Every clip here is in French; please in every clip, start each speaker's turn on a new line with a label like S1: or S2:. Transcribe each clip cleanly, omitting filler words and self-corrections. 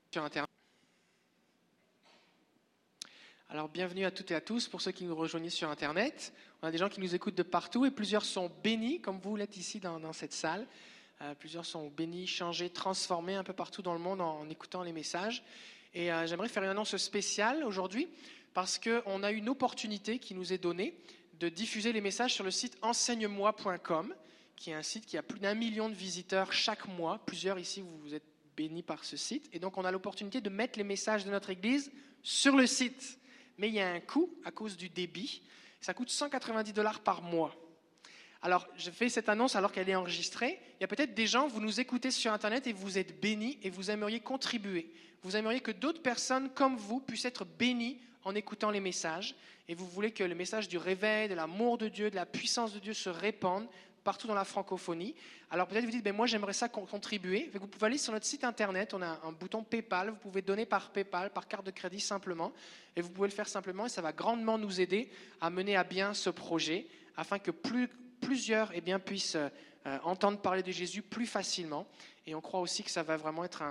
S1: Sur Internet. Alors bienvenue à toutes et à tous pour ceux qui nous rejoignent sur Internet. On a des gens qui nous écoutent de partout et plusieurs sont bénis, comme vous l'êtes ici dans cette salle. Plusieurs sont bénis, changés, transformés un peu partout dans le monde en écoutant les messages. Et j'aimerais faire une annonce spéciale aujourd'hui parce qu'on a une opportunité qui nous est donnée de diffuser les messages sur le site enseigne-moi.com, qui est un site qui a plus d'1 million de visiteurs chaque mois. Plusieurs ici, vous êtes bénis par ce site. Et donc, on a l'opportunité de mettre les messages de notre Église sur le site. Mais il y a un coût à cause du débit. Ça coûte $190 par mois. Alors, je fais cette annonce alors qu'elle est enregistrée. Il y a peut-être des gens, vous nous écoutez sur Internet et vous êtes bénis et vous aimeriez contribuer. Vous aimeriez que d'autres personnes comme vous puissent être bénies en écoutant les messages. Et vous voulez que le message du réveil, de l'amour de Dieu, de la puissance de Dieu se répande partout dans la francophonie. Alors peut-être vous dites, moi j'aimerais ça contribuer. Vous pouvez aller sur notre site internet, on a un bouton PayPal, vous pouvez donner par PayPal, par carte de crédit simplement, et vous pouvez le faire simplement, et ça va grandement nous aider à mener à bien ce projet, afin que plusieurs puissent entendre parler de Jésus plus facilement. Et on croit aussi que ça va vraiment être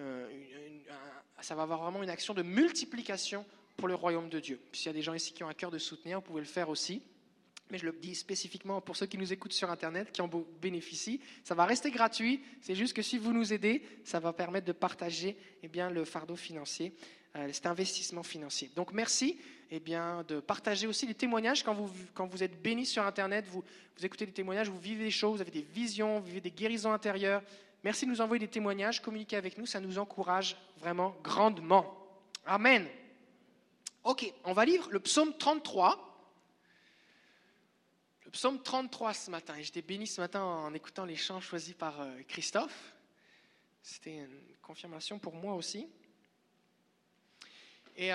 S1: ça va avoir vraiment une action de multiplication pour le royaume de Dieu. Puis s'il y a des gens ici qui ont un cœur de soutenir, vous pouvez le faire aussi. Mais je le dis spécifiquement pour ceux qui nous écoutent sur Internet, qui en bénéficient. Ça va rester gratuit, c'est juste que si vous nous aidez, ça va permettre de partager le fardeau financier, cet investissement financier. Donc merci de partager aussi les témoignages quand vous êtes bénis sur Internet, vous écoutez des témoignages, vous vivez des choses, vous avez des visions, vous vivez des guérisons intérieures. Merci de nous envoyer des témoignages, communiquez avec nous, ça nous encourage vraiment grandement. Amen. Ok, on va lire le psaume 33. Le psaume 33 ce matin, et j'étais béni ce matin en écoutant les chants choisis par Christophe. C'était une confirmation pour moi aussi. Et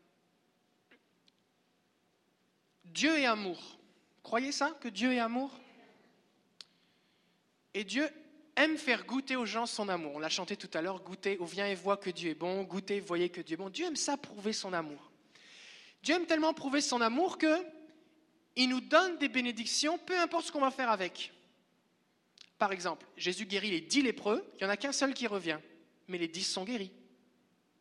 S1: Dieu est amour. Croyez ça, que Dieu est amour? Et Dieu aime faire goûter aux gens son amour. On l'a chanté tout à l'heure, goûtez, ou viens et vois que Dieu est bon, goûtez, voyez que Dieu est bon. Dieu aime ça, prouver son amour. Dieu aime tellement prouver son amour que il nous donne des bénédictions, peu importe ce qu'on va faire avec. Par exemple, Jésus guérit les 10 lépreux, il n'y en a qu'un seul qui revient, mais les 10 sont guéris. Pourquoi ?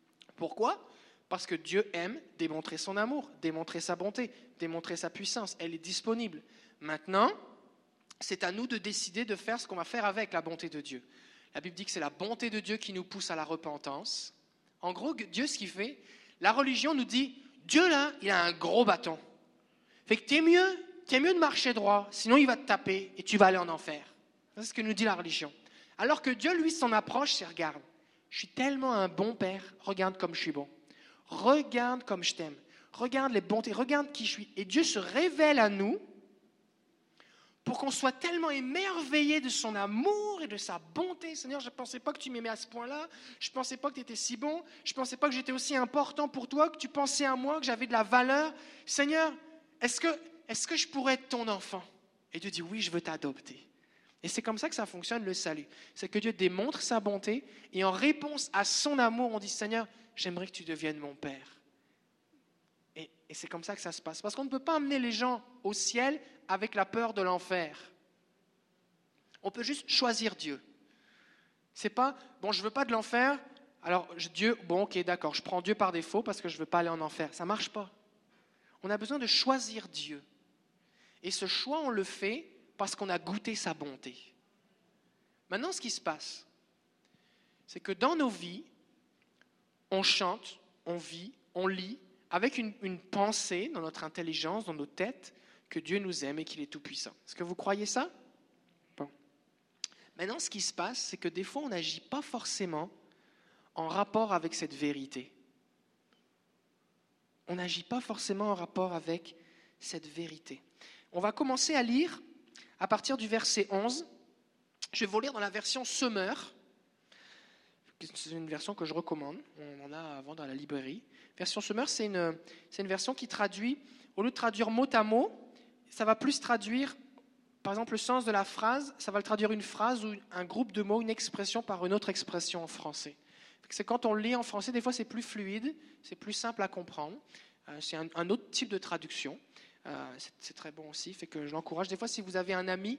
S1: Parce que Dieu aime démontrer son amour, démontrer sa bonté, démontrer sa puissance. Elle est disponible. Maintenant, c'est à nous de décider de faire ce qu'on va faire avec la bonté de Dieu. La Bible dit que c'est la bonté de Dieu qui nous pousse à la repentance. En gros, Dieu, ce qu'il fait, la religion nous dit, Dieu là, il a un gros bâton. Fait que t'es mieux de marcher droit, sinon il va te taper et tu vas aller en enfer. C'est ce que nous dit la religion. Alors que Dieu, lui, son approche, c'est regarde, je suis tellement un bon père, regarde comme je suis bon. Regarde comme je t'aime. Regarde les bontés, regarde qui je suis. Et Dieu se révèle à nous pour qu'on soit tellement émerveillés de son amour et de sa bonté. Seigneur, je ne pensais pas que tu m'aimais à ce point-là. Je ne pensais pas que tu étais si bon. Je ne pensais pas que j'étais aussi important pour toi, que tu pensais à moi, que j'avais de la valeur. Seigneur, est-ce que je pourrais être ton enfant? Et Dieu dit, oui, je veux t'adopter. Et c'est comme ça que ça fonctionne, le salut. C'est que Dieu démontre sa bonté et en réponse à son amour, on dit, Seigneur, j'aimerais que tu deviennes mon Père. Et c'est comme ça que ça se passe. Parce qu'on ne peut pas amener les gens au ciel avec la peur de l'enfer. On peut juste choisir Dieu. C'est pas, bon, je ne veux pas de l'enfer, alors Dieu, bon, ok, d'accord, je prends Dieu par défaut parce que je ne veux pas aller en enfer. Ça ne marche pas. On a besoin de choisir Dieu. Et ce choix, on le fait parce qu'on a goûté sa bonté. Maintenant, ce qui se passe, c'est que dans nos vies, on chante, on vit, on lit, avec une pensée dans notre intelligence, dans nos têtes, que Dieu nous aime et qu'il est tout-puissant. Est-ce que vous croyez ça? Bon. Maintenant, ce qui se passe, c'est que des fois, on n'agit pas forcément en rapport avec cette vérité. On n'agit pas forcément en rapport avec cette vérité. On va commencer à lire à partir du verset 11. Je vais vous lire dans la version Semeur. C'est une version que je recommande. On en a avant dans la librairie. Version Semeur, c'est une version qui traduit, au lieu de traduire mot à mot, ça va plus traduire, par exemple, le sens de la phrase, ça va le traduire une phrase ou un groupe de mots, une expression par une autre expression en français. C'est quand on le lit en français, des fois c'est plus fluide, c'est plus simple à comprendre. C'est un autre type de traduction. C'est très bon aussi, fait que je l'encourage. Des fois, si vous avez un ami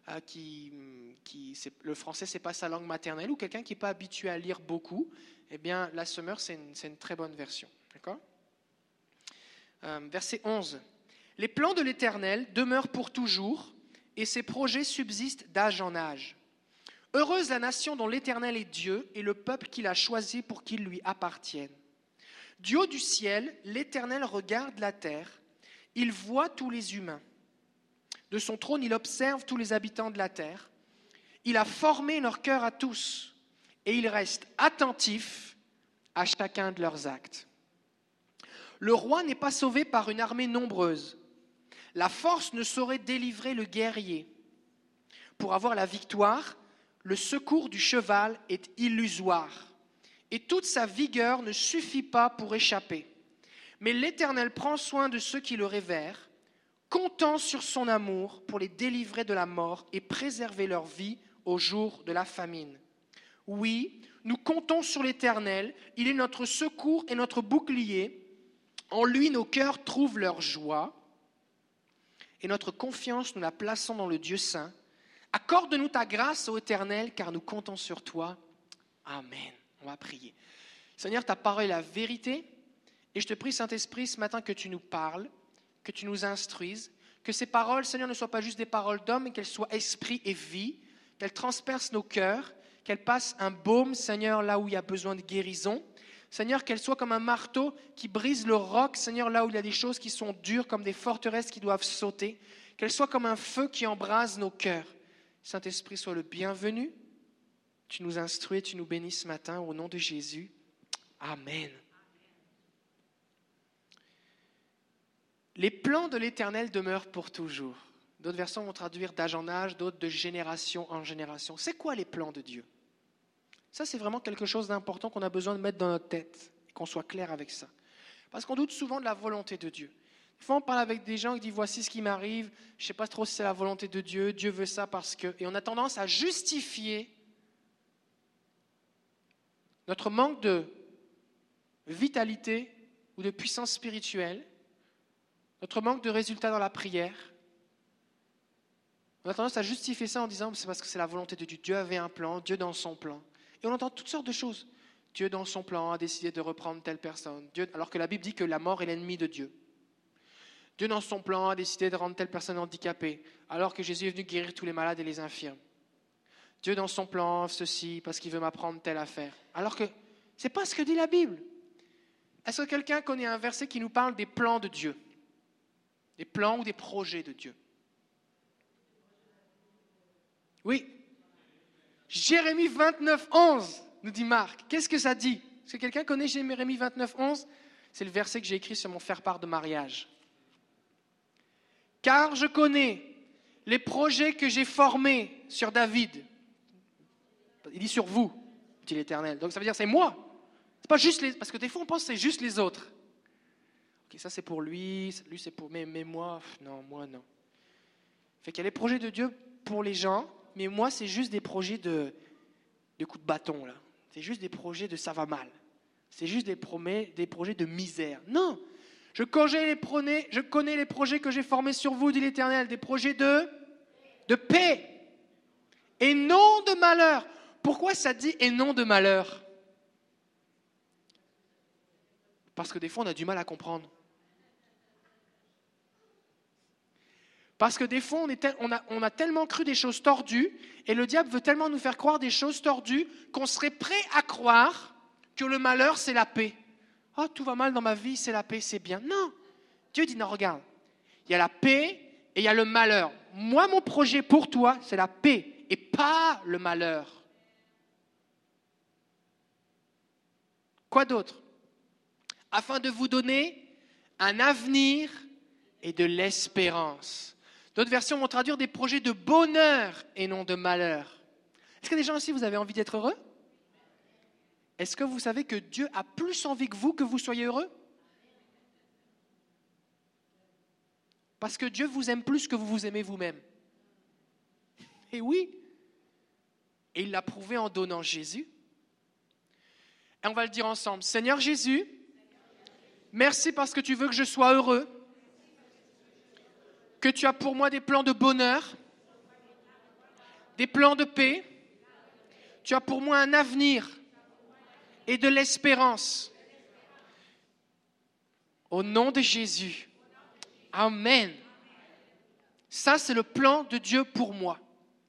S1: le français, c'est pas sa langue maternelle, ou quelqu'un qui n'est pas habitué à lire beaucoup, eh bien, la Semeur, c'est une très bonne version. D'accord ? Verset 11. « Les plans de l'Éternel demeurent pour toujours, et ses projets subsistent d'âge en âge. Heureuse la nation dont l'Éternel est Dieu, et le peuple qu'il a choisi pour qu'il lui appartienne. Du haut du ciel, l'Éternel regarde la terre, il voit tous les humains. De son trône, il observe tous les habitants de la terre. Il a formé leur cœur à tous, et il reste attentif à chacun de leurs actes. Le roi n'est pas sauvé par une armée nombreuse. La force ne saurait délivrer le guerrier. Pour avoir la victoire, le secours du cheval est illusoire, et toute sa vigueur ne suffit pas pour échapper. Mais l'Éternel prend soin de ceux qui le révèrent, comptant sur son amour pour les délivrer de la mort et préserver leur vie au jour de la famine. Oui, nous comptons sur l'Éternel, il est notre secours et notre bouclier. En lui, nos cœurs trouvent leur joie, et notre confiance, nous la plaçons dans le Dieu saint. Accorde-nous ta grâce, ô Éternel, car nous comptons sur toi. Amen. On va prier. Seigneur, ta parole est la vérité, et je te prie, Saint-Esprit, ce matin que tu nous parles, que tu nous instruises, que ces paroles, Seigneur, ne soient pas juste des paroles d'hommes, mais qu'elles soient esprit et vie, qu'elles transpercent nos cœurs, qu'elles passent un baume, Seigneur, là où il y a besoin de guérison. Seigneur, qu'elles soient comme un marteau qui brise le roc, Seigneur, là où il y a des choses qui sont dures, comme des forteresses qui doivent sauter. Qu'elles soient comme un feu qui embrase nos cœurs. Saint-Esprit, sois le bienvenu. Tu nous instruis, tu nous bénis ce matin au nom de Jésus. Amen. Les plans de l'Éternel demeurent pour toujours. D'autres versions vont traduire d'âge en âge, d'autres de génération en génération. C'est quoi les plans de Dieu ? Ça, c'est vraiment quelque chose d'important qu'on a besoin de mettre dans notre tête et qu'on soit clair avec ça. Parce qu'on doute souvent de la volonté de Dieu. Des fois, on parle avec des gens qui disent « Voici ce qui m'arrive, je ne sais pas trop si c'est la volonté de Dieu, Dieu veut ça parce que… » Et on a tendance à justifier notre manque de vitalité ou de puissance spirituelle, notre manque de résultats dans la prière. On a tendance à justifier ça en disant « C'est parce que c'est la volonté de Dieu. Dieu avait un plan, Dieu dans son plan. » Et on entend toutes sortes de choses. Dieu, dans son plan, a décidé de reprendre telle personne. Dieu, alors que la Bible dit que la mort est l'ennemi de Dieu. Dieu, dans son plan, a décidé de rendre telle personne handicapée, alors que Jésus est venu guérir tous les malades et les infirmes. Dieu, dans son plan, ceci, parce qu'il veut m'apprendre telle affaire. Alors que ce n'est pas ce que dit la Bible. Est-ce que quelqu'un connaît un verset qui nous parle des plans de Dieu ? Des plans ou des projets de Dieu ? Oui. Jérémie 29, 11, nous dit Marc. Qu'est-ce que ça dit ? Est-ce que quelqu'un connaît Jérémie 29, 11 ? C'est le verset que j'ai écrit sur mon faire-part de mariage. Car je connais les projets que j'ai formés sur David. Il dit sur vous, dit l'Éternel. Donc ça veut dire c'est moi. C'est pas juste les… Parce que des fois on pense que c'est juste les autres. Ok, ça c'est pour lui c'est pour… Mais moi, non, moi non. Fait qu'il y a les projets de Dieu pour les gens, mais moi c'est juste des projets de coups de bâton là. C'est juste des projets de ça va mal. C'est juste des projets de misère. Non. Je connais les projets que j'ai formés sur vous, dit l'Éternel, des projets de paix et non de malheur. Pourquoi ça dit et non de malheur ? Parce que des fois, on a du mal à comprendre. Parce que des fois, on a tellement cru des choses tordues et le diable veut tellement nous faire croire des choses tordues qu'on serait prêt à croire que le malheur, c'est la paix. Oh, tout va mal dans ma vie, c'est la paix, c'est bien. Non. Dieu dit, non, regarde, il y a la paix et il y a le malheur. Moi, mon projet pour toi, c'est la paix et pas le malheur. Quoi d'autre ? Afin de vous donner un avenir et de l'espérance. D'autres versions vont traduire des projets de bonheur et non de malheur. Est-ce que des gens ici, vous avez envie d'être heureux ? Est-ce que vous savez que Dieu a plus envie que vous soyez heureux ? Parce que Dieu vous aime plus que vous vous aimez vous-même. Et oui. Et il l'a prouvé en donnant Jésus. Et on va le dire ensemble. Seigneur Jésus, merci parce que tu veux que je sois heureux, que tu as pour moi des plans de bonheur des plans de paix. Tu as pour moi un avenir et de l'espérance. Au nom de Jésus. Amen. Ça, c'est le plan de Dieu pour moi.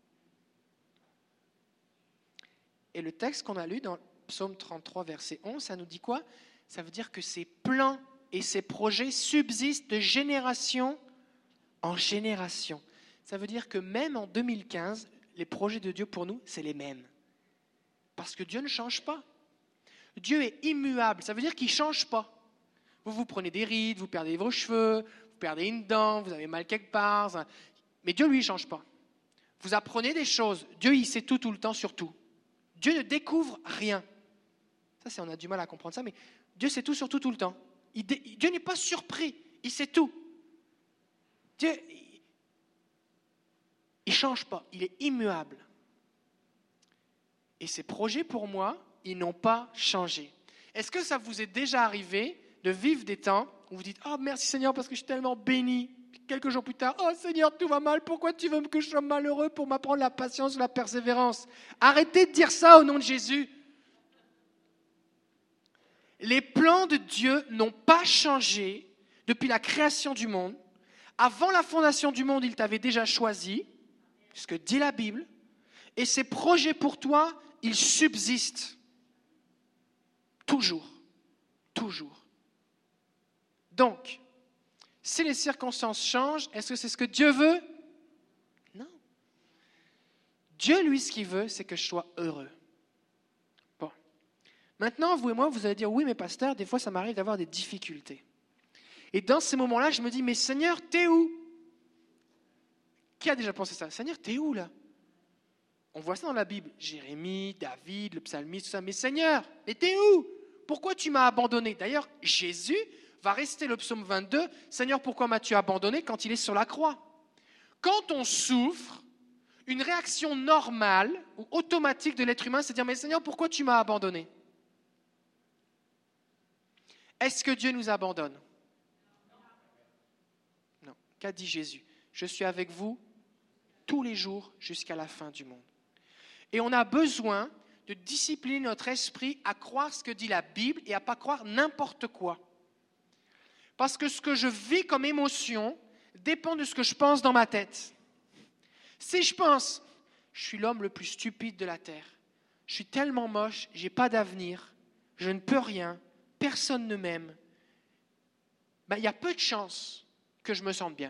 S1: Et le texte qu'on a lu dans Psaume 33, verset 11, ça nous dit quoi? Ça veut dire que ses plans et ses projets subsistent de génération en génération. Ça veut dire que même en 2015, les projets de Dieu pour nous, c'est les mêmes. Parce que Dieu ne change pas. Dieu est immuable, ça veut dire qu'il ne change pas. Vous prenez des rides, vous perdez vos cheveux, vous perdez une dent, vous avez mal quelque part. Mais Dieu, lui, il ne change pas. Vous apprenez des choses. Dieu, il sait tout le temps sur tout. Dieu ne découvre rien. Ça, on a du mal à comprendre ça, mais Dieu sait tout sur tout le temps. Dieu n'est pas surpris, il sait tout. Dieu, il ne change pas, il est immuable. Et ses projets pour moi, ils n'ont pas changé. Est-ce que ça vous est déjà arrivé de vivre des temps où vous dites « Oh, merci Seigneur parce que je suis tellement béni ». Quelques jours plus tard, « Oh Seigneur, tout va mal, pourquoi tu veux que je sois malheureux pour m'apprendre la patience, la persévérance ?» Arrêtez de dire ça au nom de Jésus. Les plans de Dieu n'ont pas changé depuis la création du monde. Avant la fondation du monde, il t'avait déjà choisi, ce que dit la Bible, et ses projets pour toi, ils subsistent. Toujours. Toujours. Donc, si les circonstances changent, est-ce que c'est ce que Dieu veut? Non. Dieu, lui, ce qu'il veut, c'est que je sois heureux. Bon. Maintenant, vous et moi, vous allez dire, oui, mais pasteur, des fois, ça m'arrive d'avoir des difficultés. Et dans ces moments-là, je me dis, mais Seigneur, t'es où? Qui a déjà pensé ça? Seigneur, t'es où là? On voit ça dans la Bible. Jérémie, David, le psalmiste, tout ça. Mais Seigneur, mais t'es où? Pourquoi tu m'as abandonné? D'ailleurs, Jésus va rester le psaume 22. Seigneur, pourquoi m'as-tu abandonné quand il est sur la croix? Quand on souffre, une réaction normale ou automatique de l'être humain, c'est de dire, mais Seigneur, pourquoi tu m'as abandonné? Est-ce que Dieu nous abandonne? Non. Qu'a dit Jésus? Je suis avec vous tous les jours jusqu'à la fin du monde. Et on a besoin de discipliner notre esprit à croire ce que dit la Bible et à ne pas croire n'importe quoi. Parce que ce que je vis comme émotion dépend de ce que je pense dans ma tête. Si je pense, je suis l'homme le plus stupide de la terre, je suis tellement moche, je n'ai pas d'avenir, je ne peux rien, personne ne m'aime, il y a peu de chances que je me sente bien.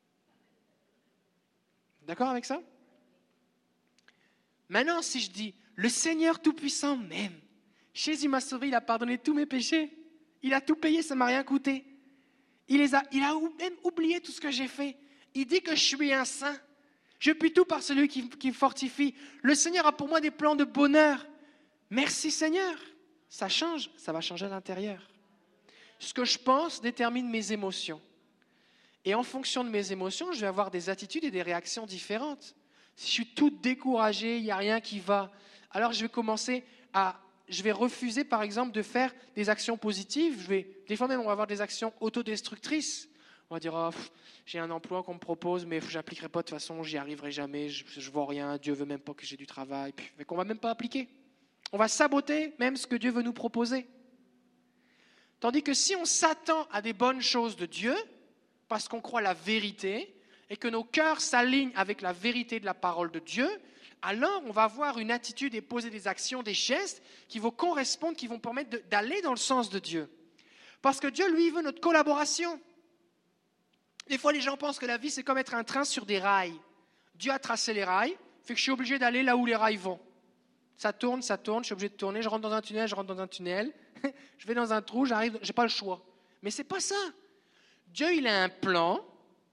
S1: D'accord avec ça? Maintenant, si je dis, le Seigneur Tout-Puissant m'aime, Jésus m'a sauvé, il a pardonné tous mes péchés, il a tout payé, ça ne m'a rien coûté. Il a même oublié tout ce que j'ai fait. Il dit que je suis un saint. Je puis tout par celui qui me fortifie. Le Seigneur a pour moi des plans de bonheur. Merci Seigneur. Ça change, ça va changer à l'intérieur. Ce que je pense détermine mes émotions. Et en fonction de mes émotions, je vais avoir des attitudes et des réactions différentes. Si je suis toute découragée, il n'y a rien qui va, alors je vais refuser par exemple de faire des actions positives. Des fois même on va avoir des actions autodestructrices. On va dire oh, j'ai un emploi qu'on me propose mais je n'appliquerai pas de toute façon, j'y arriverai jamais, je ne vaux rien, Dieu veut même pas que j'ai du travail, puis qu'on ne va même pas appliquer. On va saboter même ce que Dieu veut nous proposer. Tandis que si on s'attend à des bonnes choses de Dieu, parce qu'on croit la vérité, et que nos cœurs s'alignent avec la vérité de la parole de Dieu, alors on va avoir une attitude et poser des actions, des gestes qui vont correspondre, qui vont permettre d'aller dans le sens de Dieu. Parce que Dieu, lui, veut notre collaboration. Des fois, les gens pensent que la vie, c'est comme être un train sur des rails. Dieu a tracé les rails, fait que je suis obligé d'aller là où les rails vont. Ça tourne, je suis obligé de tourner, je rentre dans un tunnel, je vais dans un trou, j'arrive, je n'ai pas le choix. Mais ce n'est pas ça. Dieu, il a un plan.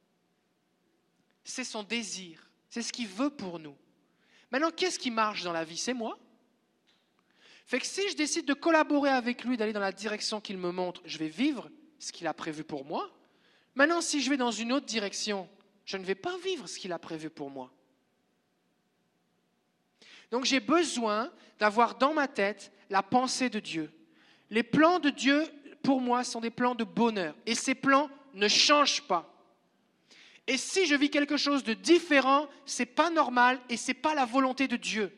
S1: C'est son désir, c'est ce qu'il veut pour nous. Maintenant, qu'est-ce qui marche dans la vie? C'est moi. Fait que si je décide de collaborer avec lui, d'aller dans la direction qu'il me montre, je vais vivre ce qu'il a prévu pour moi. Maintenant, si je vais dans une autre direction, je ne vais pas vivre ce qu'il a prévu pour moi. Donc j'ai besoin d'avoir dans ma tête la pensée de Dieu. Les plans de Dieu, pour moi, sont des plans de bonheur. Et ces plans ne changent pas. Et si je vis quelque chose de différent, ce n'est pas normal et ce n'est pas la volonté de Dieu.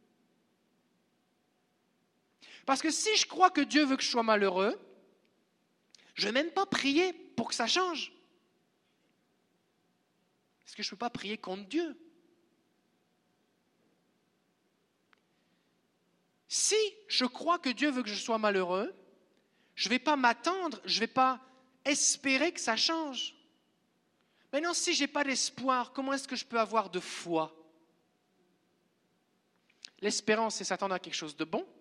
S1: Parce que si je crois que Dieu veut que je sois malheureux, je ne vais même pas prier pour que ça change. Parce que je ne peux pas prier contre Dieu. Si je crois que Dieu veut que je sois malheureux, je ne vais pas m'attendre, je ne vais pas espérer que ça change. Maintenant, si je n'ai pas d'espoir, comment est-ce que je peux avoir de foi? L'espérance, c'est s'attendre à quelque chose de bon.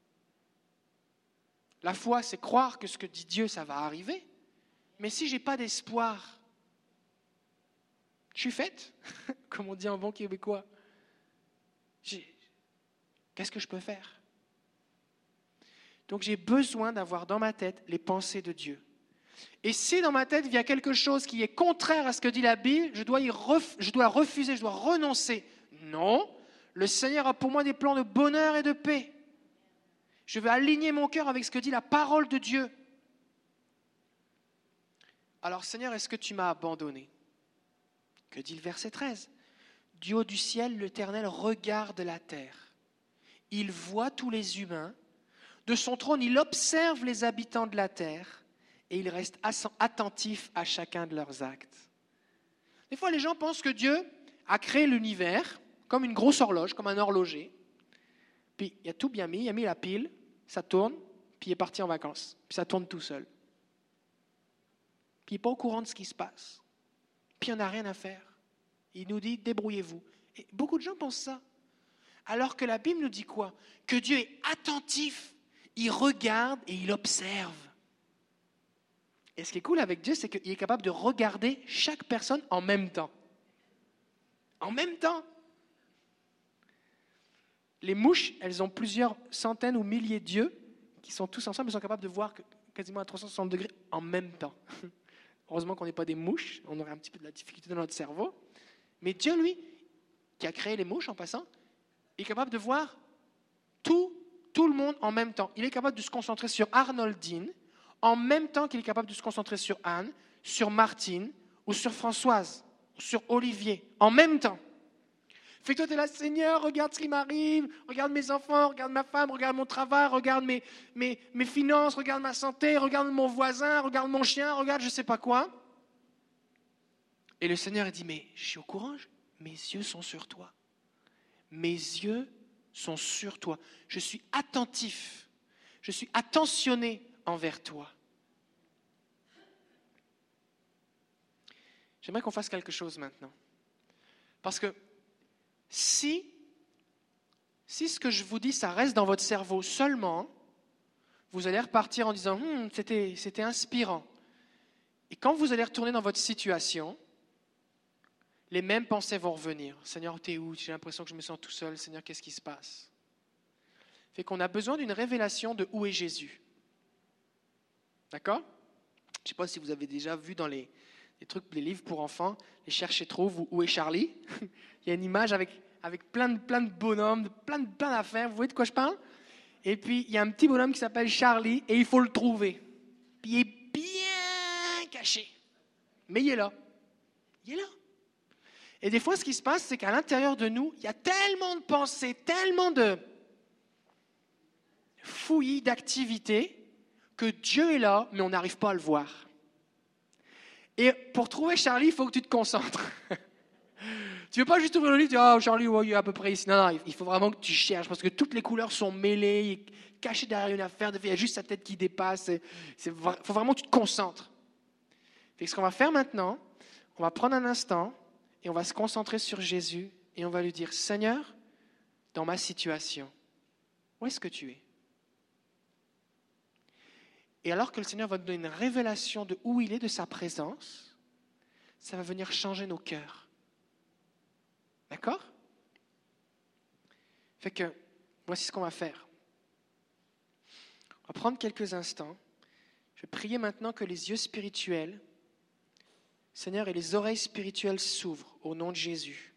S1: La foi, c'est croire que ce que dit Dieu, ça va arriver. Mais si je n'ai pas d'espoir, je suis faite, comme on dit en bon québécois. Qu'est-ce que je peux faire? Donc j'ai besoin d'avoir dans ma tête les pensées de Dieu. Et si dans ma tête il y a quelque chose qui est contraire à ce que dit la Bible, je dois refuser, je dois renoncer. Non, le Seigneur a pour moi des plans de bonheur et de paix. Je veux aligner mon cœur avec ce que dit la parole de Dieu. Alors Seigneur, est-ce que tu m'as abandonné? Que dit le verset 13? Du haut du ciel, l'Éternel regarde la terre. Il voit tous les humains. De son trône, il observe les habitants de la terre et il reste attentif à chacun de leurs actes. Des fois, les gens pensent que Dieu a créé l'univers comme une grosse horloge, comme un horloger. Puis il a tout bien mis, il a mis la pile, ça tourne, puis il est parti en vacances. Puis ça tourne tout seul. Puis il n'est pas au courant de ce qui se passe. Puis il n'en a rien à faire. Il nous dit, débrouillez-vous. Et beaucoup de gens pensent ça. Alors que la Bible nous dit quoi? Que Dieu est attentif, il regarde et il observe. Et ce qui est cool avec Dieu, c'est qu'il est capable de regarder chaque personne en même temps. En même temps. Les mouches, elles ont plusieurs centaines ou milliers d'yeux qui sont tous ensemble, ils sont capables de voir quasiment à 360 degrés en même temps. Heureusement qu'on n'est pas des mouches, on aurait un petit peu de la difficulté dans notre cerveau. Mais Dieu, lui, qui a créé les mouches en passant, est capable de voir tout le monde en même temps. Il est capable de se concentrer sur Arnoldine en même temps qu'il est capable de se concentrer sur Anne, sur Martine ou sur Françoise, ou sur Olivier, en même temps. Fait que toi, tu es là, Seigneur, regarde ce qui m'arrive, regarde mes enfants, regarde ma femme, regarde mon travail, regarde mes finances, regarde ma santé, regarde mon voisin, regarde mon chien, regarde je ne sais pas quoi. Et le Seigneur a dit, mais je suis au courant, mes yeux sont sur toi. Mes yeux sont sur toi. Je suis attentif, je suis attentionné envers toi. J'aimerais qu'on fasse quelque chose maintenant. Parce que si ce que je vous dis, ça reste dans votre cerveau seulement, vous allez repartir en disant « c'était inspirant ». Et quand vous allez retourner dans votre situation, les mêmes pensées vont revenir. « Seigneur, t'es où? J'ai l'impression que je me sens tout seul. Seigneur, qu'est-ce qui se passe ?» Fait qu'on a besoin d'une révélation de où est Jésus. D'accord? Je ne sais pas si vous avez déjà vu dans les trucs, les livres pour enfants, les Cherche et Trouve ou Où est Charlie? Il y a une image avec plein de bonhommes, plein d'affaires. Vous voyez de quoi je parle? Et puis, il y a un petit bonhomme qui s'appelle Charlie et il faut le trouver. Puis, il est bien caché. Mais il est là. Il est là. Et des fois, ce qui se passe, c'est qu'à l'intérieur de nous, il y a tellement de pensées, tellement de fouillis, d'activités, que Dieu est là, mais on n'arrive pas à le voir. Et pour trouver Charlie, il faut que tu te concentres. Tu ne veux pas juste ouvrir le livre et dire « Ah, Charlie, ouais, il est à peu près ici. » Non, il faut vraiment que tu cherches parce que toutes les couleurs sont mêlées, il est caché derrière une affaire, il y a juste sa tête qui dépasse. Il faut vraiment que tu te concentres. Et ce qu'on va faire maintenant, on va prendre un instant et on va se concentrer sur Jésus et on va lui dire « Seigneur, dans ma situation, où est-ce que tu es ?» Et alors que le Seigneur va nous donner une révélation de où il est, de sa présence, ça va venir changer nos cœurs. D'accord? Fait que, voici ce qu'on va faire. On va prendre quelques instants. Je vais prier maintenant que les yeux spirituels, Seigneur, et les oreilles spirituelles s'ouvrent au nom de Jésus.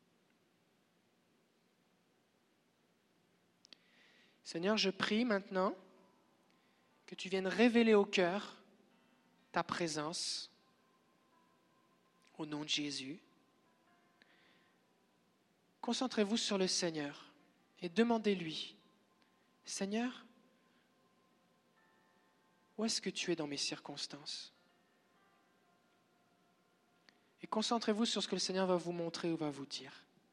S1: Seigneur, je prie maintenant que tu viennes révéler au cœur ta présence. au nom de Jésus. Concentrez-vous sur le Seigneur et demandez-lui, Seigneur, où est-ce que tu es dans mes circonstances? Et concentrez-vous sur ce que le Seigneur va vous montrer ou va vous dire.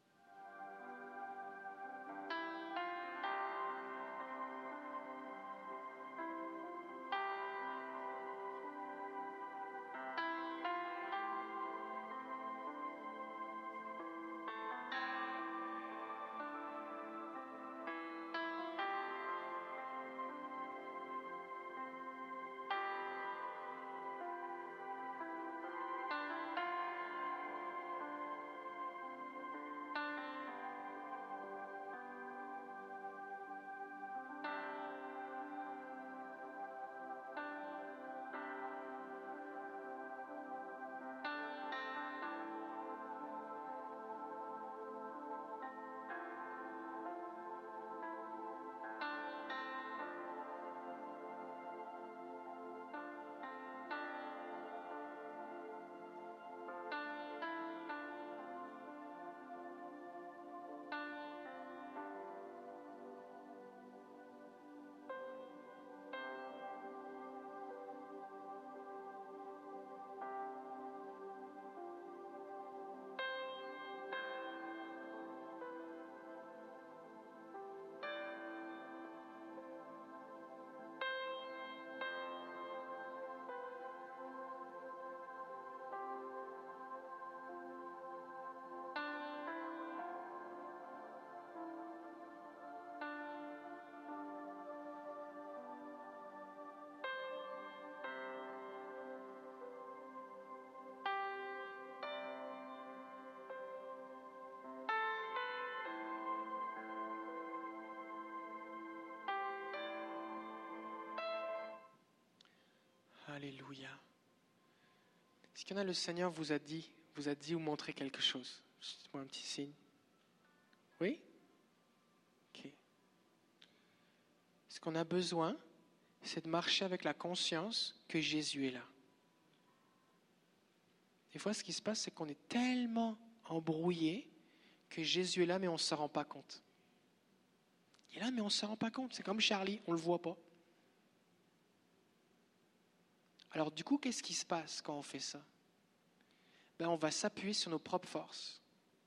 S1: Alléluia. Est-ce qu'il y en a, le Seigneur vous a dit ou montré quelque chose? Moi un petit signe. Oui? Ok. Ce qu'on a besoin, c'est de marcher avec la conscience que Jésus est là. Des fois, ce qui se passe, c'est qu'on est tellement embrouillé que Jésus est là, mais on ne se rend pas compte. Il est là, mais on ne se rend pas compte. C'est comme Charlie, on ne le voit pas. Alors du coup, qu'est-ce qui se passe quand on fait ça? On va s'appuyer sur nos propres forces.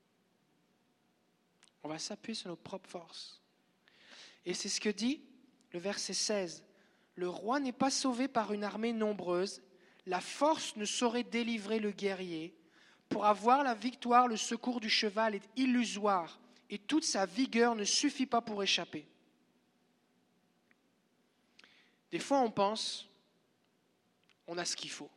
S1: On va s'appuyer sur nos propres forces. Et c'est ce que dit le verset 16. Le roi n'est pas sauvé par une armée nombreuse. La force ne saurait délivrer le guerrier. Pour avoir la victoire, le secours du cheval est illusoire et toute sa vigueur ne suffit pas pour échapper. Des fois, on pense on a ce qu'il faut.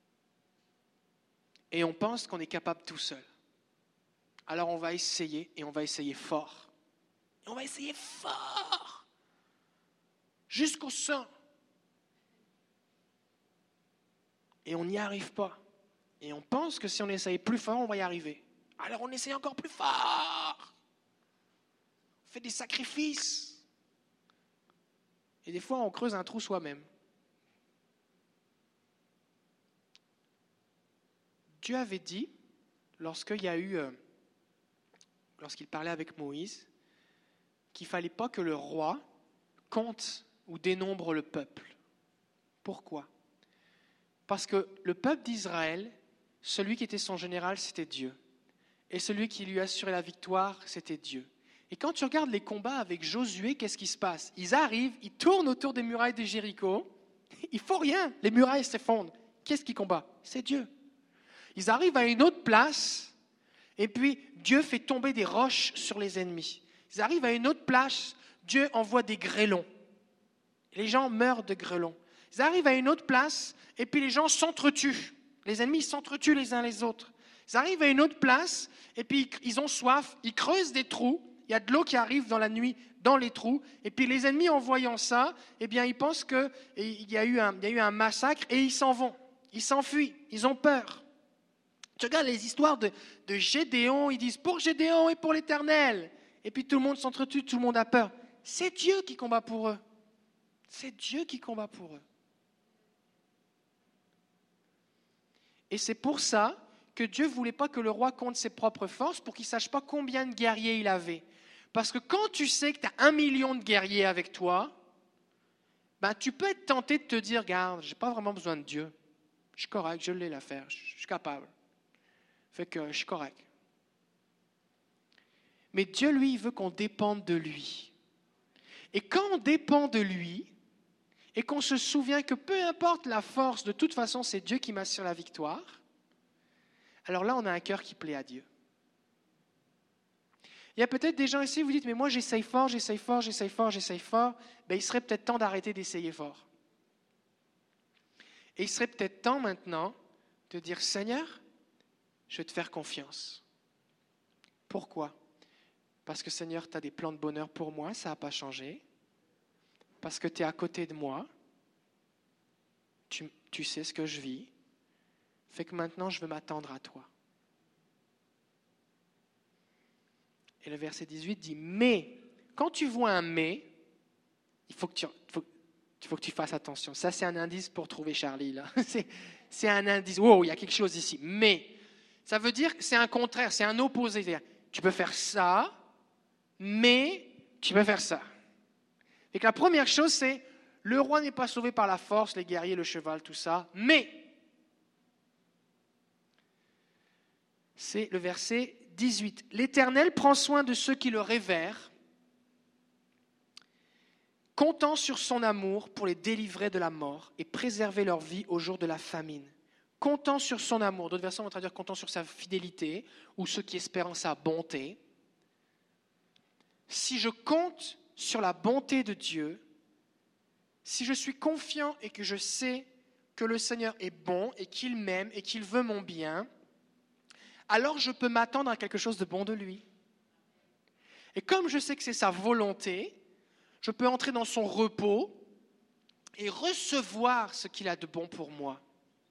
S1: Et on pense qu'on est capable tout seul. Alors on va essayer, et on va essayer fort. Et on va essayer fort. Jusqu'au sang. Et on n'y arrive pas. Et on pense que si on essaye plus fort, on va y arriver. Alors on essaye encore plus fort. On fait des sacrifices. Et des fois, on creuse un trou soi-même. Dieu avait dit, lorsqu'il parlait avec Moïse, qu'il ne fallait pas que le roi compte ou dénombre le peuple. Pourquoi? Parce que le peuple d'Israël, celui qui était son général, c'était Dieu. Et celui qui lui assurait la victoire, c'était Dieu. Et quand tu regardes les combats avec Josué, qu'est-ce qui se passe? Ils arrivent, ils tournent autour des murailles de Jéricho, il ne faut rien, les murailles s'effondrent. Qu'est-ce qui combat? C'est Dieu. Ils arrivent à une autre place, et puis Dieu fait tomber des roches sur les ennemis. Ils arrivent à une autre place, Dieu envoie des grêlons. Les gens meurent de grêlons. Ils arrivent à une autre place, et puis les gens s'entretuent. Les ennemis s'entretuent les uns les autres. Ils arrivent à une autre place, et puis ils ont soif, ils creusent des trous, il y a de l'eau qui arrive dans la nuit dans les trous, et puis les ennemis, en voyant ça, eh bien, ils pensent qu'il y a eu un massacre, et ils s'en vont. Ils s'enfuient, ils ont peur. Tu regardes les histoires de Gédéon, ils disent « pour Gédéon et pour l'Éternel ». Et puis tout le monde s'entretue, tout le monde a peur. C'est Dieu qui combat pour eux. C'est Dieu qui combat pour eux. Et c'est pour ça que Dieu ne voulait pas que le roi compte ses propres forces pour qu'il ne sache pas combien de guerriers il avait. Parce que quand tu sais que tu as 1 million de guerriers avec toi, ben, tu peux être tenté de te dire, regarde, je n'ai pas vraiment besoin de Dieu. Je suis correct, je l'ai l'affaire, je suis capable. Fait que je suis correct. Mais Dieu, lui, il veut qu'on dépende de lui. Et quand on dépend de lui, et qu'on se souvient que peu importe la force, de toute façon, c'est Dieu qui m'assure la victoire, alors là, on a un cœur qui plaît à Dieu. Il y a peut-être des gens ici, vous dites, mais moi, j'essaye fort. Ben, il serait peut-être temps d'arrêter d'essayer fort. Et il serait peut-être temps maintenant de dire, Seigneur, je vais te faire confiance. Pourquoi? Parce que Seigneur, tu as des plans de bonheur pour moi, ça n'a pas changé. Parce que tu es à côté de moi, tu sais ce que je vis, fait que maintenant je veux m'attendre à toi. Et le verset 18 dit, mais, quand tu vois un mais, il faut que tu fasses attention. Ça, c'est un indice pour trouver Charlie, là. C'est un indice, wow, il y a quelque chose ici. Mais, ça veut dire que c'est un contraire, c'est un opposé. C'est-à-dire, tu peux faire ça, mais tu peux faire ça. Et que la première chose, c'est, le roi n'est pas sauvé par la force, les guerriers, le cheval, tout ça, mais, c'est le verset 18. L'Éternel prend soin de ceux qui le révèrent, comptant sur son amour pour les délivrer de la mort et préserver leur vie au jour de la famine. Comptant sur son amour. D'autres versions vont traduire comptant sur sa fidélité ou ceux qui espèrent en sa bonté. Si je compte sur la bonté de Dieu, si je suis confiant et que je sais que le Seigneur est bon et qu'il m'aime et qu'il veut mon bien, alors je peux m'attendre à quelque chose de bon de lui. Et comme je sais que c'est sa volonté, je peux entrer dans son repos et recevoir ce qu'il a de bon pour moi.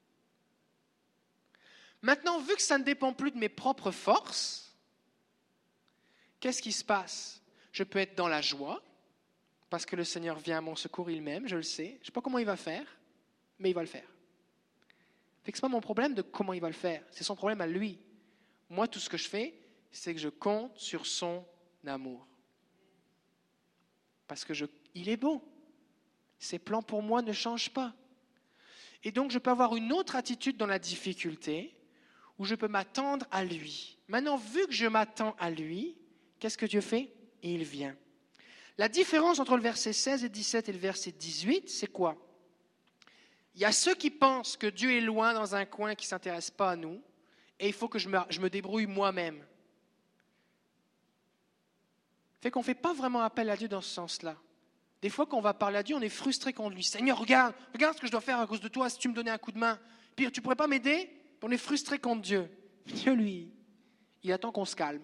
S1: Maintenant, vu que ça ne dépend plus de mes propres forces, qu'est-ce qui se passe? Je peux être dans la joie, parce que le Seigneur vient à mon secours, il m'aime, je le sais. Je ne sais pas comment il va faire, mais il va le faire. Ce n'est pas mon problème de comment il va le faire, c'est son problème à lui. Moi, tout ce que je fais, c'est que je compte sur son amour. Parce que il est bon. Ses plans pour moi ne changent pas. Et donc, je peux avoir une autre attitude dans la difficulté, où je peux m'attendre à lui. Maintenant, vu que je m'attends à lui, qu'est-ce que Dieu fait? Et il vient. La différence entre le verset 16 et 17 et le verset 18, c'est quoi? Il y a ceux qui pensent que Dieu est loin dans un coin qui ne s'intéresse pas à nous, et il faut que je me débrouille moi-même. Fait qu'on ne fait pas vraiment appel à Dieu dans ce sens-là. Des fois, quand on va parler à Dieu, on est frustré contre lui. Seigneur, regarde ce que je dois faire à cause de toi, si tu me donnais un coup de main. Puis, tu ne pourrais pas m'aider? On est frustré contre Dieu. Dieu, lui, il attend qu'on se calme.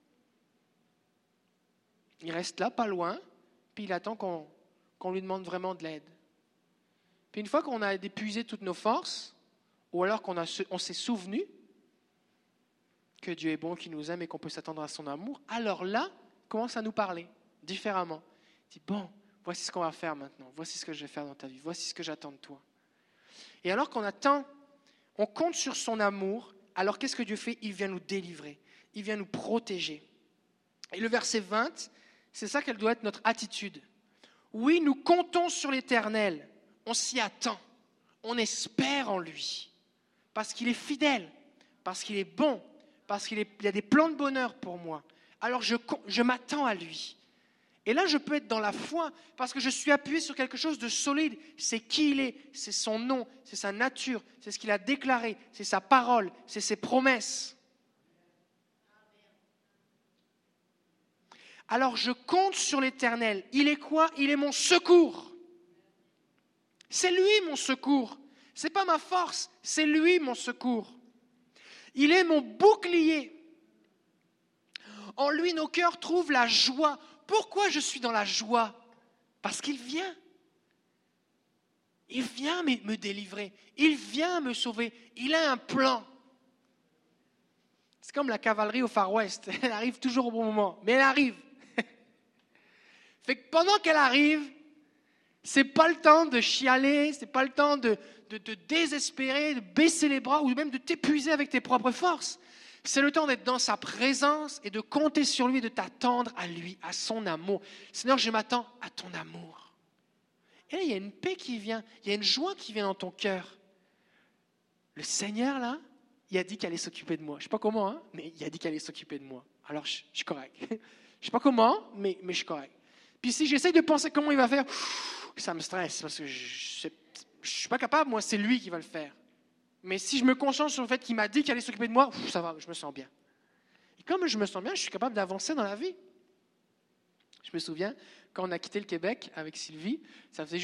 S1: Il reste là, pas loin, puis il attend qu'on lui demande vraiment de l'aide. Puis une fois qu'on a épuisé toutes nos forces, ou alors on s'est souvenu que Dieu est bon, qu'il nous aime et qu'on peut s'attendre à son amour, alors là, il commence à nous parler différemment. Il dit, bon, voici ce qu'on va faire maintenant, voici ce que je vais faire dans ta vie, voici ce que j'attends de toi. Et alors qu'on attend, on compte sur son amour, alors qu'est-ce que Dieu fait? Il vient nous délivrer, il vient nous protéger. Et le verset 20, c'est ça qu'elle doit être notre attitude. Oui, nous comptons sur l'Éternel, on s'y attend, on espère en lui, parce qu'il est fidèle, parce qu'il est bon, parce qu'il y a des plans de bonheur pour moi. Alors je m'attends à lui. Et là, je peux être dans la foi, parce que je suis appuyé sur quelque chose de solide. C'est qui il est, c'est son nom, c'est sa nature, c'est ce qu'il a déclaré, c'est sa parole, c'est ses promesses. Alors je compte sur l'Éternel. Il est quoi? Il est mon secours. C'est lui mon secours. Ce n'est pas ma force, c'est lui mon secours. Il est mon bouclier. En lui, nos cœurs trouvent la joie. Pourquoi je suis dans la joie? Parce qu'il vient. Il vient me délivrer. Il vient me sauver. Il a un plan. C'est comme la cavalerie au Far West. Elle arrive toujours au bon moment. Mais elle arrive. Fait que pendant qu'elle arrive, C'est pas le temps de chialer, c'est pas le temps de désespérer, de baisser les bras ou même de t'épuiser avec tes propres forces. C'est le temps d'être dans sa présence et de compter sur lui, de t'attendre à lui, à son amour. Seigneur, je m'attends à ton amour. Et là, il y a une paix qui vient, il y a une joie qui vient dans ton cœur. Le Seigneur, là, il a dit qu'il allait s'occuper de moi. Je ne sais pas comment, hein, mais il a dit qu'il allait s'occuper de moi. Alors, je suis correct. Je ne sais pas comment, mais je suis correct. Puis si j'essaye de penser comment il va faire, ça me stresse parce que je ne suis pas capable. Moi, c'est lui qui va le faire. Mais si je me concentre sur le fait qu'il m'a dit qu'il allait s'occuper de moi, ça va, je me sens bien. Et comme je me sens bien, je suis capable d'avancer dans la vie. Je me souviens, quand on a quitté le Québec avec Sylvie, ça faisait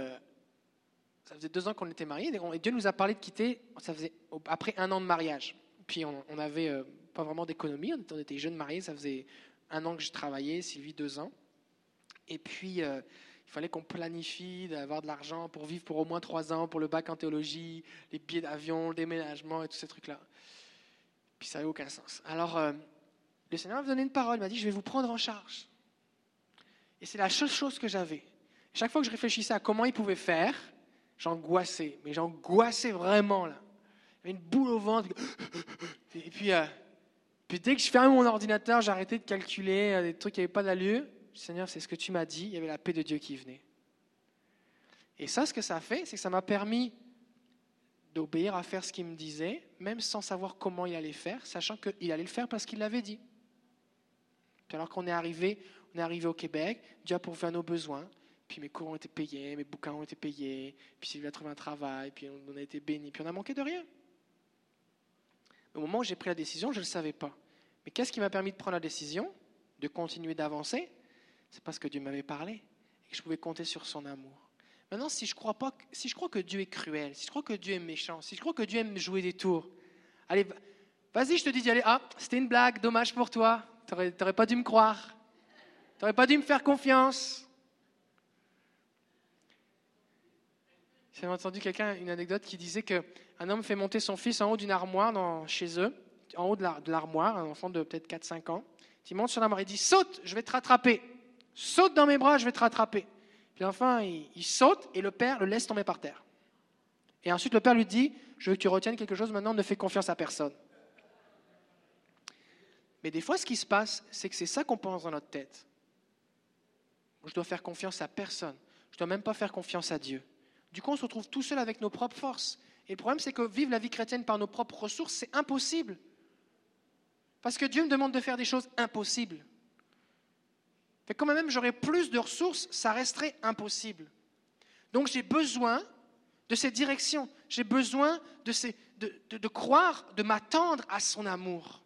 S1: 2 ans qu'on était mariés, et Dieu nous a parlé de quitter, ça faisait après 1 an de mariage. Puis on n'avait pas vraiment d'économie, on était jeunes mariés, ça faisait 1 an que je travaillais, Sylvie 2 ans. Et puis, il fallait qu'on planifie d'avoir de l'argent pour vivre pour au moins 3 ans, pour le bac en théologie, les billets d'avion, le déménagement et tous ces trucs-là. Puis ça n'avait aucun sens. Alors, le Seigneur m'a donné une parole, il m'a dit, je vais vous prendre en charge. Et c'est la seule chose que j'avais. Chaque fois que je réfléchissais à comment il pouvait faire, j'angoissais, mais j'angoissais vraiment, là. Il y avait une boule au ventre. Et puis dès que je fermais mon ordinateur, j'arrêtais de calculer des trucs qui n'avaient pas d'allure. Seigneur, c'est ce que tu m'as dit, il y avait la paix de Dieu qui venait. Et ça, ce que ça fait, c'est que ça m'a permis d'obéir à faire ce qu'il me disait, même sans savoir comment il allait faire, sachant qu'il allait le faire parce qu'il l'avait dit. Puis alors qu'on est arrivé au Québec, Dieu a pourvu à nos besoins, puis mes cours ont été payés, mes bouquins ont été payés, puis Sylvie a trouvé un travail, puis on a été bénis, puis on a manqué de rien. Au moment où j'ai pris la décision, je ne le savais pas. Mais qu'est-ce qui m'a permis de prendre la décision, de continuer d'avancer ? C'est parce que Dieu m'avait parlé et que je pouvais compter sur son amour. Maintenant, si je crois que Dieu est cruel, si je crois que Dieu est méchant, si je crois que Dieu aime jouer des tours, allez, vas-y, je te dis d'y aller. Ah, c'était une blague, dommage pour toi. T'aurais pas dû me croire. T'aurais pas dû me faire confiance. J'ai entendu une anecdote qui disait qu'un homme fait monter son fils en haut d'une armoire chez eux, en haut de l'armoire, un enfant de peut-être 4-5 ans. Il monte sur l'armoire et dit « Saute, je vais te rattraper. Saute dans mes bras, je vais te rattraper. » Puis l'enfant, il saute et le père le laisse tomber par terre. Et ensuite, le père lui dit « Je veux que tu retiennes quelque chose maintenant, ne fais confiance à personne. » Mais des fois, ce qui se passe, c'est que c'est ça qu'on pense dans notre tête. Je dois faire confiance à personne. Je ne dois même pas faire confiance à Dieu. Du coup, on se retrouve tout seul avec nos propres forces. Et le problème, c'est que vivre la vie chrétienne par nos propres ressources, c'est impossible. Parce que Dieu me demande de faire des choses impossibles. Fait quand même j'aurais plus de ressources, ça resterait impossible. Donc j'ai besoin de cette direction. J'ai besoin de croire, de m'attendre à son amour.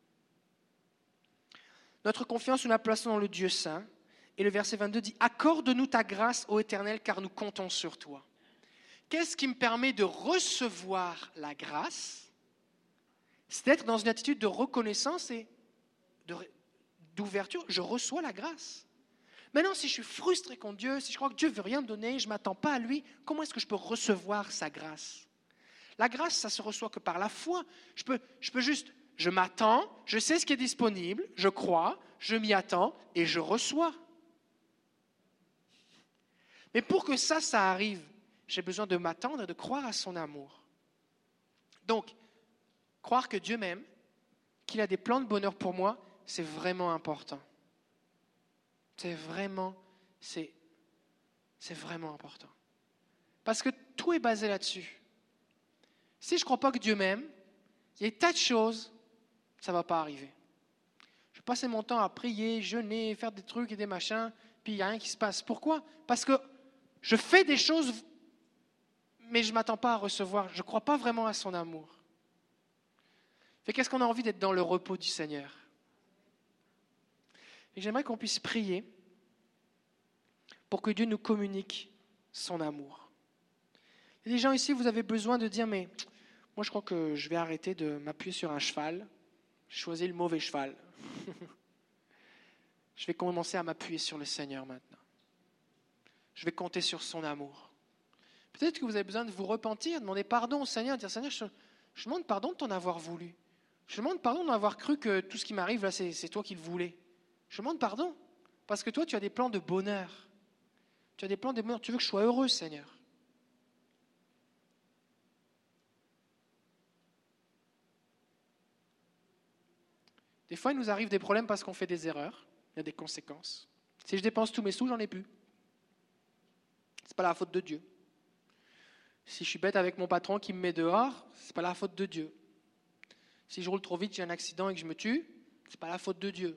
S1: Notre confiance, nous la plaçons dans le Dieu saint. Et le verset 22 dit « Accorde-nous ta grâce, ô Éternel, car nous comptons sur toi. » Qu'est-ce qui me permet de recevoir la grâce ? C'est d'être dans une attitude de reconnaissance et d'ouverture. Je reçois la grâce. Maintenant, si je suis frustré contre Dieu, si je crois que Dieu ne veut rien me donner, je ne m'attends pas à lui, comment est-ce que je peux recevoir sa grâce ? La grâce, ça ne se reçoit que par la foi. Je m'attends, je sais ce qui est disponible, je crois, je m'y attends et je reçois. Mais pour que ça arrive, j'ai besoin de m'attendre et de croire à son amour. Donc, croire que Dieu m'aime, qu'il a des plans de bonheur pour moi, c'est vraiment important. C'est vraiment important. Parce que tout est basé là-dessus. Si je ne crois pas que Dieu m'aime, il y a des tas de choses, ça ne va pas arriver. Je vais passer mon temps à prier, jeûner, faire des trucs et des machins, puis il n'y a rien qui se passe. Pourquoi ? Parce que je fais des choses, mais je ne m'attends pas à recevoir. Je ne crois pas vraiment à son amour. Qu'est-ce qu'on a envie d'être dans le repos du Seigneur ? Et j'aimerais qu'on puisse prier pour que Dieu nous communique son amour. Il y a des gens ici, vous avez besoin de dire, mais moi je crois que je vais arrêter de m'appuyer sur un cheval. J'ai choisi le mauvais cheval. Je vais commencer à m'appuyer sur le Seigneur maintenant. Je vais compter sur son amour. Peut-être que vous avez besoin de vous repentir, demander pardon au Seigneur, dire Seigneur, je demande pardon de t'en avoir voulu. Je demande pardon d'avoir cru que tout ce qui m'arrive là, c'est toi qui le voulais. Je demande pardon, parce que toi, tu as des plans de bonheur. Tu as des plans, des bonheurs. Tu veux que je sois heureux, Seigneur. Des fois, il nous arrive des problèmes parce qu'on fait des erreurs. Il y a des conséquences. Si je dépense tous mes sous, j'en ai plus. C'est pas la faute de Dieu. Si je suis bête avec mon patron qui me met dehors, c'est pas la faute de Dieu. Si je roule trop vite, j'ai un accident et que je me tue, c'est pas la faute de Dieu.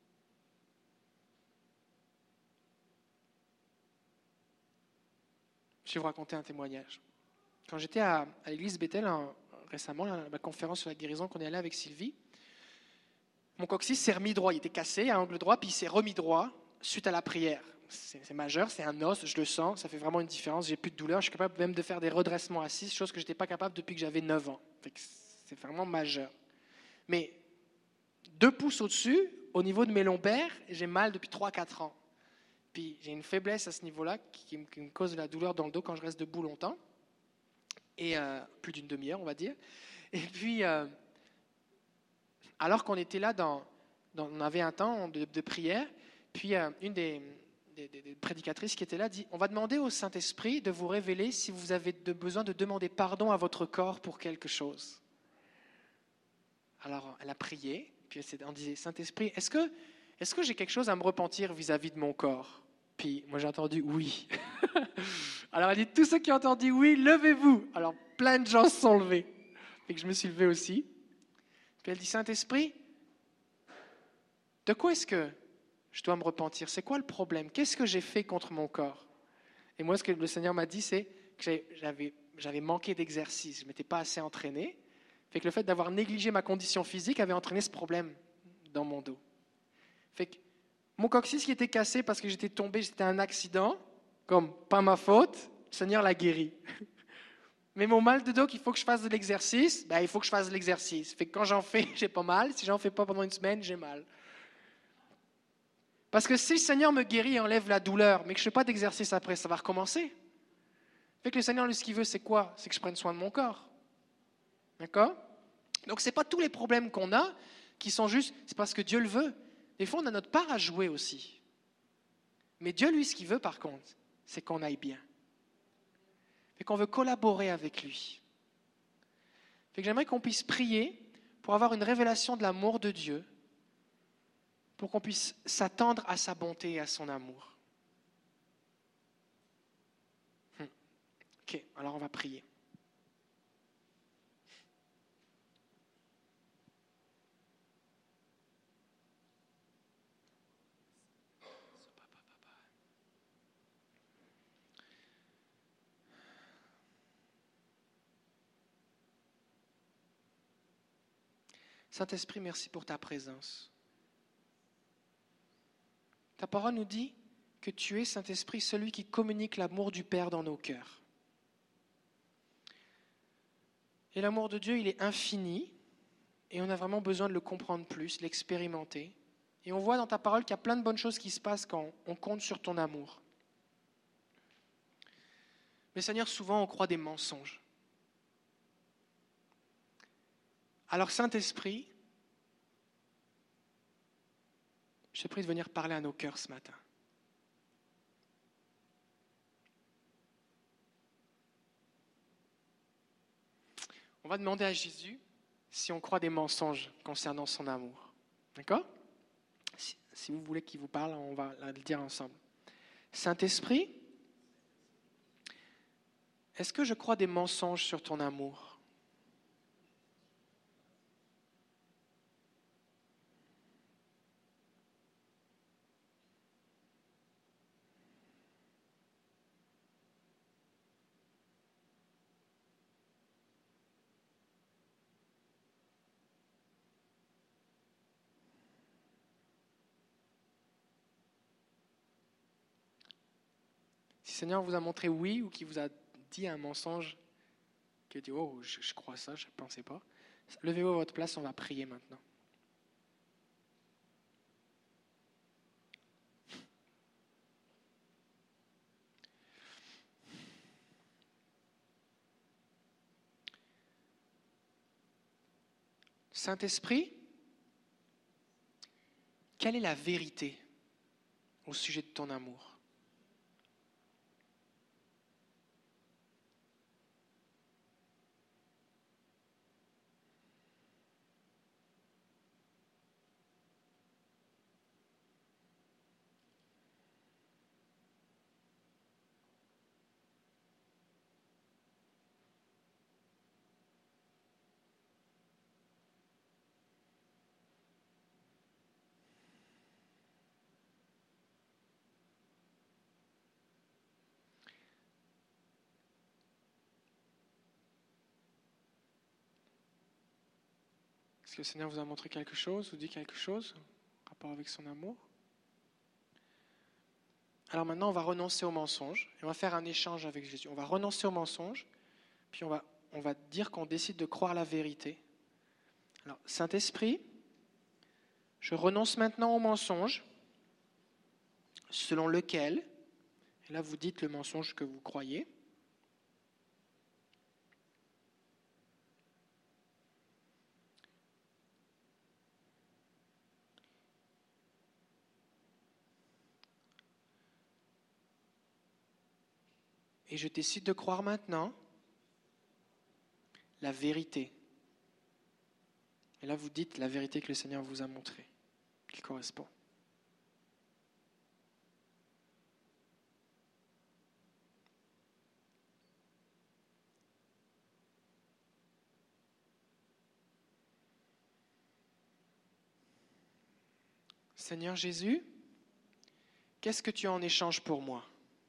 S1: Je vais vous raconter un témoignage. Quand j'étais à l'église Bethel récemment, à ma conférence sur la guérison qu'on est allé avec Sylvie, mon coccyx s'est remis droit. Il était cassé à angle droit, puis il s'est remis droit suite à la prière. C'est majeur, c'est un os, je le sens, ça fait vraiment une différence. J'ai plus de douleur, je suis capable même de faire des redressements assis, chose que je n'étais pas capable depuis que j'avais 9 ans. C'est vraiment majeur. Mais 2 pouces au-dessus, au niveau de mes lombaires, j'ai mal depuis 3-4 ans. Puis j'ai une faiblesse à ce niveau-là qui me cause de la douleur dans le dos quand je reste debout longtemps. Et plus d'une demi-heure, on va dire. Et puis, alors qu'on était là, on avait un temps de prière, puis une des prédicatrices qui était là dit, on va demander au Saint-Esprit de vous révéler si vous avez besoin de demander pardon à votre corps pour quelque chose. Alors, elle a prié, puis on disait, Saint-Esprit, est-ce que j'ai quelque chose à me repentir vis-à-vis de mon corps? Puis moi j'ai entendu oui. Alors elle dit, tous ceux qui ont entendu oui, levez-vous. Alors plein de gens se sont levés. Et que je me suis levé aussi. Puis elle dit, Saint-Esprit, de quoi est-ce que je dois me repentir? C'est quoi le problème? Qu'est-ce que j'ai fait contre mon corps? Et moi, ce que le Seigneur m'a dit, c'est que j'avais manqué d'exercice. Je ne m'étais pas assez entraîné. Fait que le fait d'avoir négligé ma condition physique avait entraîné ce problème dans mon dos. Fait que mon coccyx qui était cassé parce que j'étais tombé, c'était un accident, comme pas ma faute, le Seigneur l'a guéri. Mais mon mal de dos, qu'il faut que je fasse de l'exercice, il faut que je fasse de l'exercice. Fait que quand j'en fais, j'ai pas mal. Si j'en fais pas pendant une semaine, j'ai mal. Parce que si le Seigneur me guérit et enlève la douleur, mais que je ne fais pas d'exercice après, ça va recommencer. Fait que le Seigneur, lui, ce qu'il veut, c'est quoi? C'est que je prenne soin de mon corps. D'accord? Donc, ce n'est pas tous les problèmes qu'on a qui sont juste, c'est parce que Dieu le veut. Des fois, on a notre part à jouer aussi. Mais Dieu, lui, ce qu'il veut, par contre, c'est qu'on aille bien. Fait qu'on veut collaborer avec lui. Fait que j'aimerais qu'on puisse prier pour avoir une révélation de l'amour de Dieu, pour qu'on puisse s'attendre à sa bonté et à son amour. Ok, alors on va prier. Saint-Esprit, merci pour ta présence. Ta parole nous dit que tu es, Saint-Esprit, celui qui communique l'amour du Père dans nos cœurs. Et l'amour de Dieu, il est infini, et on a vraiment besoin de le comprendre plus, l'expérimenter. Et on voit dans ta parole qu'il y a plein de bonnes choses qui se passent quand on compte sur ton amour. Mais Seigneur, souvent on croit des mensonges. Alors Saint-Esprit, je te prie de venir parler à nos cœurs ce matin. On va demander à Jésus si on croit des mensonges concernant son amour. D'accord? Si vous voulez qu'il vous parle, on va le dire ensemble. Saint-Esprit, est-ce que je crois des mensonges sur ton amour? Si le Seigneur vous a montré oui ou qu'il vous a dit un mensonge, qui dit « Oh, je crois ça, je ne pensais pas », levez-vous à votre place, on va prier maintenant. Saint-Esprit, quelle est la vérité au sujet de ton amour? Est-ce que le Seigneur vous a montré quelque chose, ou dit quelque chose en rapport avec son amour? Alors maintenant, on va renoncer au mensonge et on va faire un échange avec Jésus. On va renoncer au mensonge, puis on va dire qu'on décide de croire la vérité. Alors, Saint-Esprit, je renonce maintenant au mensonge, selon lequel, et là vous dites le mensonge que vous croyez, et je décide de croire maintenant la vérité. Et là vous dites la vérité que le Seigneur vous a montrée, qui correspond. Seigneur Jésus, qu'est-ce que tu as en échange pour moi?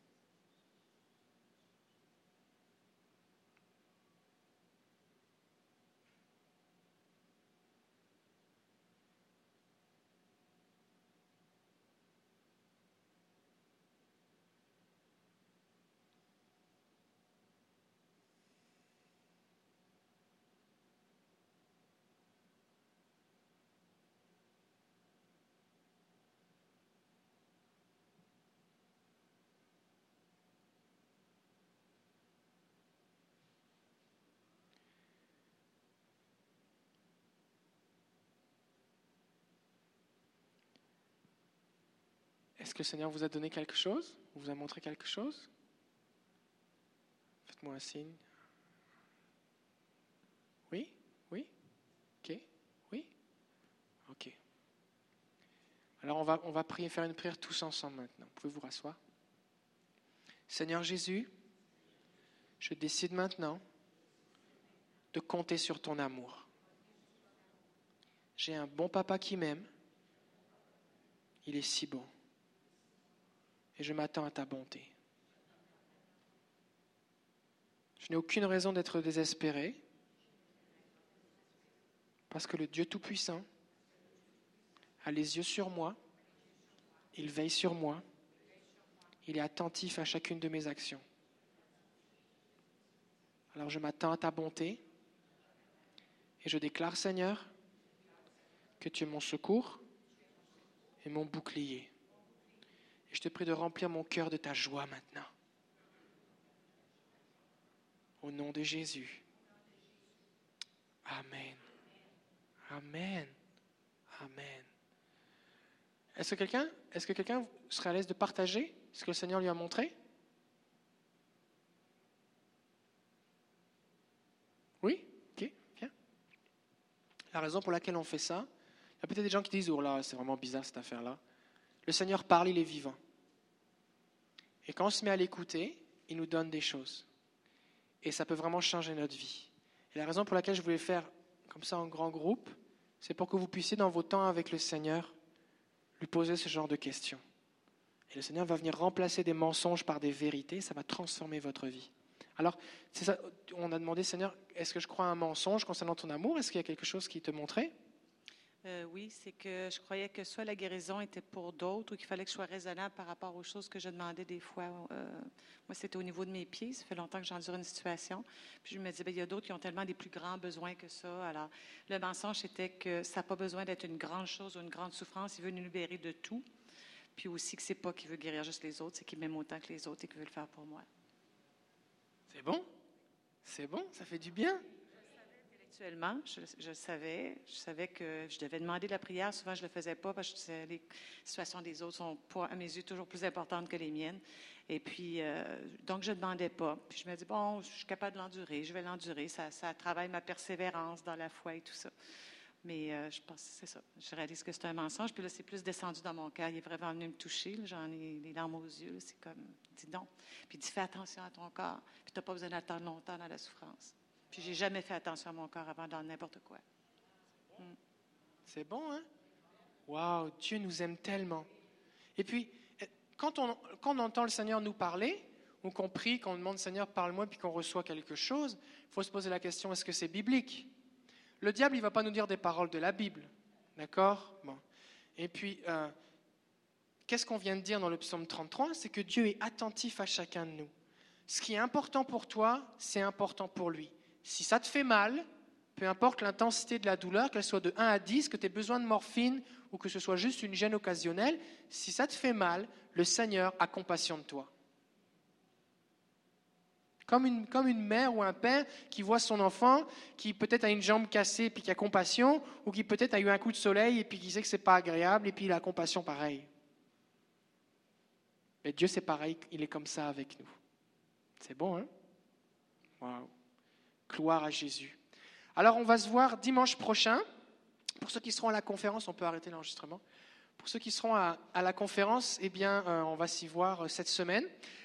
S1: Est-ce que le Seigneur vous a donné quelque chose? Vous a montré quelque chose? Faites-moi un signe. Oui? Oui? Ok? Oui? Ok. Alors on va prier, faire une prière tous ensemble maintenant. Vous pouvez vous rasseoir. Seigneur Jésus, je décide maintenant de compter sur ton amour. J'ai un bon papa qui m'aime. Il est si bon. Et je m'attends à ta bonté. Je n'ai aucune raison d'être désespéré, parce que le Dieu Tout-Puissant a les yeux sur moi, il veille sur moi, il est attentif à chacune de mes actions. Alors je m'attends à ta bonté, et je déclare, Seigneur, que tu es mon secours et mon bouclier. Et je te prie de remplir mon cœur de ta joie maintenant. Au nom de Jésus. Amen. Amen. Amen. Est-ce que quelqu'un serait à l'aise de partager ce que le Seigneur lui a montré? Oui? Ok, viens. La raison pour laquelle on fait ça, il y a peut-être des gens qui disent, oh là, c'est vraiment bizarre cette affaire-là. Le Seigneur parle, il est vivant. Et quand on se met à l'écouter, il nous donne des choses. Et ça peut vraiment changer notre vie. Et la raison pour laquelle je voulais faire comme ça en grand groupe, c'est pour que vous puissiez, dans vos temps avec le Seigneur, lui poser ce genre de questions. Et le Seigneur va venir remplacer des mensonges par des vérités, ça va transformer votre vie. Alors, c'est ça, on a demandé, Seigneur, est-ce que je crois à un mensonge concernant ton amour? Est-ce qu'il y a quelque chose qui te montrait?
S2: Oui, c'est que je croyais que soit la guérison était pour d'autres ou qu'il fallait que je sois raisonnable par rapport aux choses que je demandais des fois. Moi, c'était au niveau de mes pieds. Ça fait longtemps que j'endure une situation. Puis je me disais, bien, il y a d'autres qui ont tellement des plus grands besoins que ça. Alors, le mensonge, c'était que ça n'a pas besoin d'être une grande chose ou une grande souffrance. Il veut nous libérer de tout. Puis aussi que c'est pas qu'il veut guérir juste les autres, c'est qu'il m'aime autant que les autres et qu'il veut le faire pour moi.
S1: C'est bon? C'est bon? Ça fait du bien?
S2: Intellectuellement, je savais que je devais demander la prière. Souvent, je ne le faisais pas parce que les situations des autres sont, à mes yeux, toujours plus importantes que les miennes. Et puis, donc, je ne demandais pas. Puis, je me dis, bon, je suis capable de l'endurer, je vais l'endurer. Ça travaille ma persévérance dans la foi et tout ça. Mais je pense que c'est ça. Je réalise que c'est un mensonge. Puis là, c'est plus descendu dans mon cœur. Il est vraiment venu me toucher. Là. J'en ai les larmes aux yeux. Là. C'est comme, dis donc. Puis, dis, fais attention à ton corps. Puis, tu n'as pas besoin d'attendre longtemps dans la souffrance. Puis, j'ai jamais fait attention à mon corps avant dans n'importe quoi.
S1: C'est bon, hein? Waouh, Dieu nous aime tellement. Et puis, quand on entend le Seigneur nous parler, ou qu'on prie, qu'on demande Seigneur, parle-moi, puis qu'on reçoit quelque chose, il faut se poser la question, est-ce que c'est biblique? Le diable, il ne va pas nous dire des paroles de la Bible. D'accord? Bon. Et puis, qu'est-ce qu'on vient de dire dans le psaume 33? C'est que Dieu est attentif à chacun de nous. Ce qui est important pour toi, c'est important pour lui. Si ça te fait mal, peu importe l'intensité de la douleur, qu'elle soit de 1 à 10, que tu aies besoin de morphine ou que ce soit juste une gêne occasionnelle, si ça te fait mal, le Seigneur a compassion de toi. Comme une mère ou un père qui voit son enfant, qui peut-être a une jambe cassée et puis qui a compassion, ou qui peut-être a eu un coup de soleil et puis qui sait que ce n'est pas agréable et puis il a compassion pareil. Mais Dieu, c'est pareil, il est comme ça avec nous. C'est bon, hein? Waouh! Gloire à Jésus. Alors, on va se voir dimanche prochain. Pour ceux qui seront à la conférence, on peut arrêter l'enregistrement. Pour ceux qui seront à la conférence, eh bien, on va s'y voir cette semaine.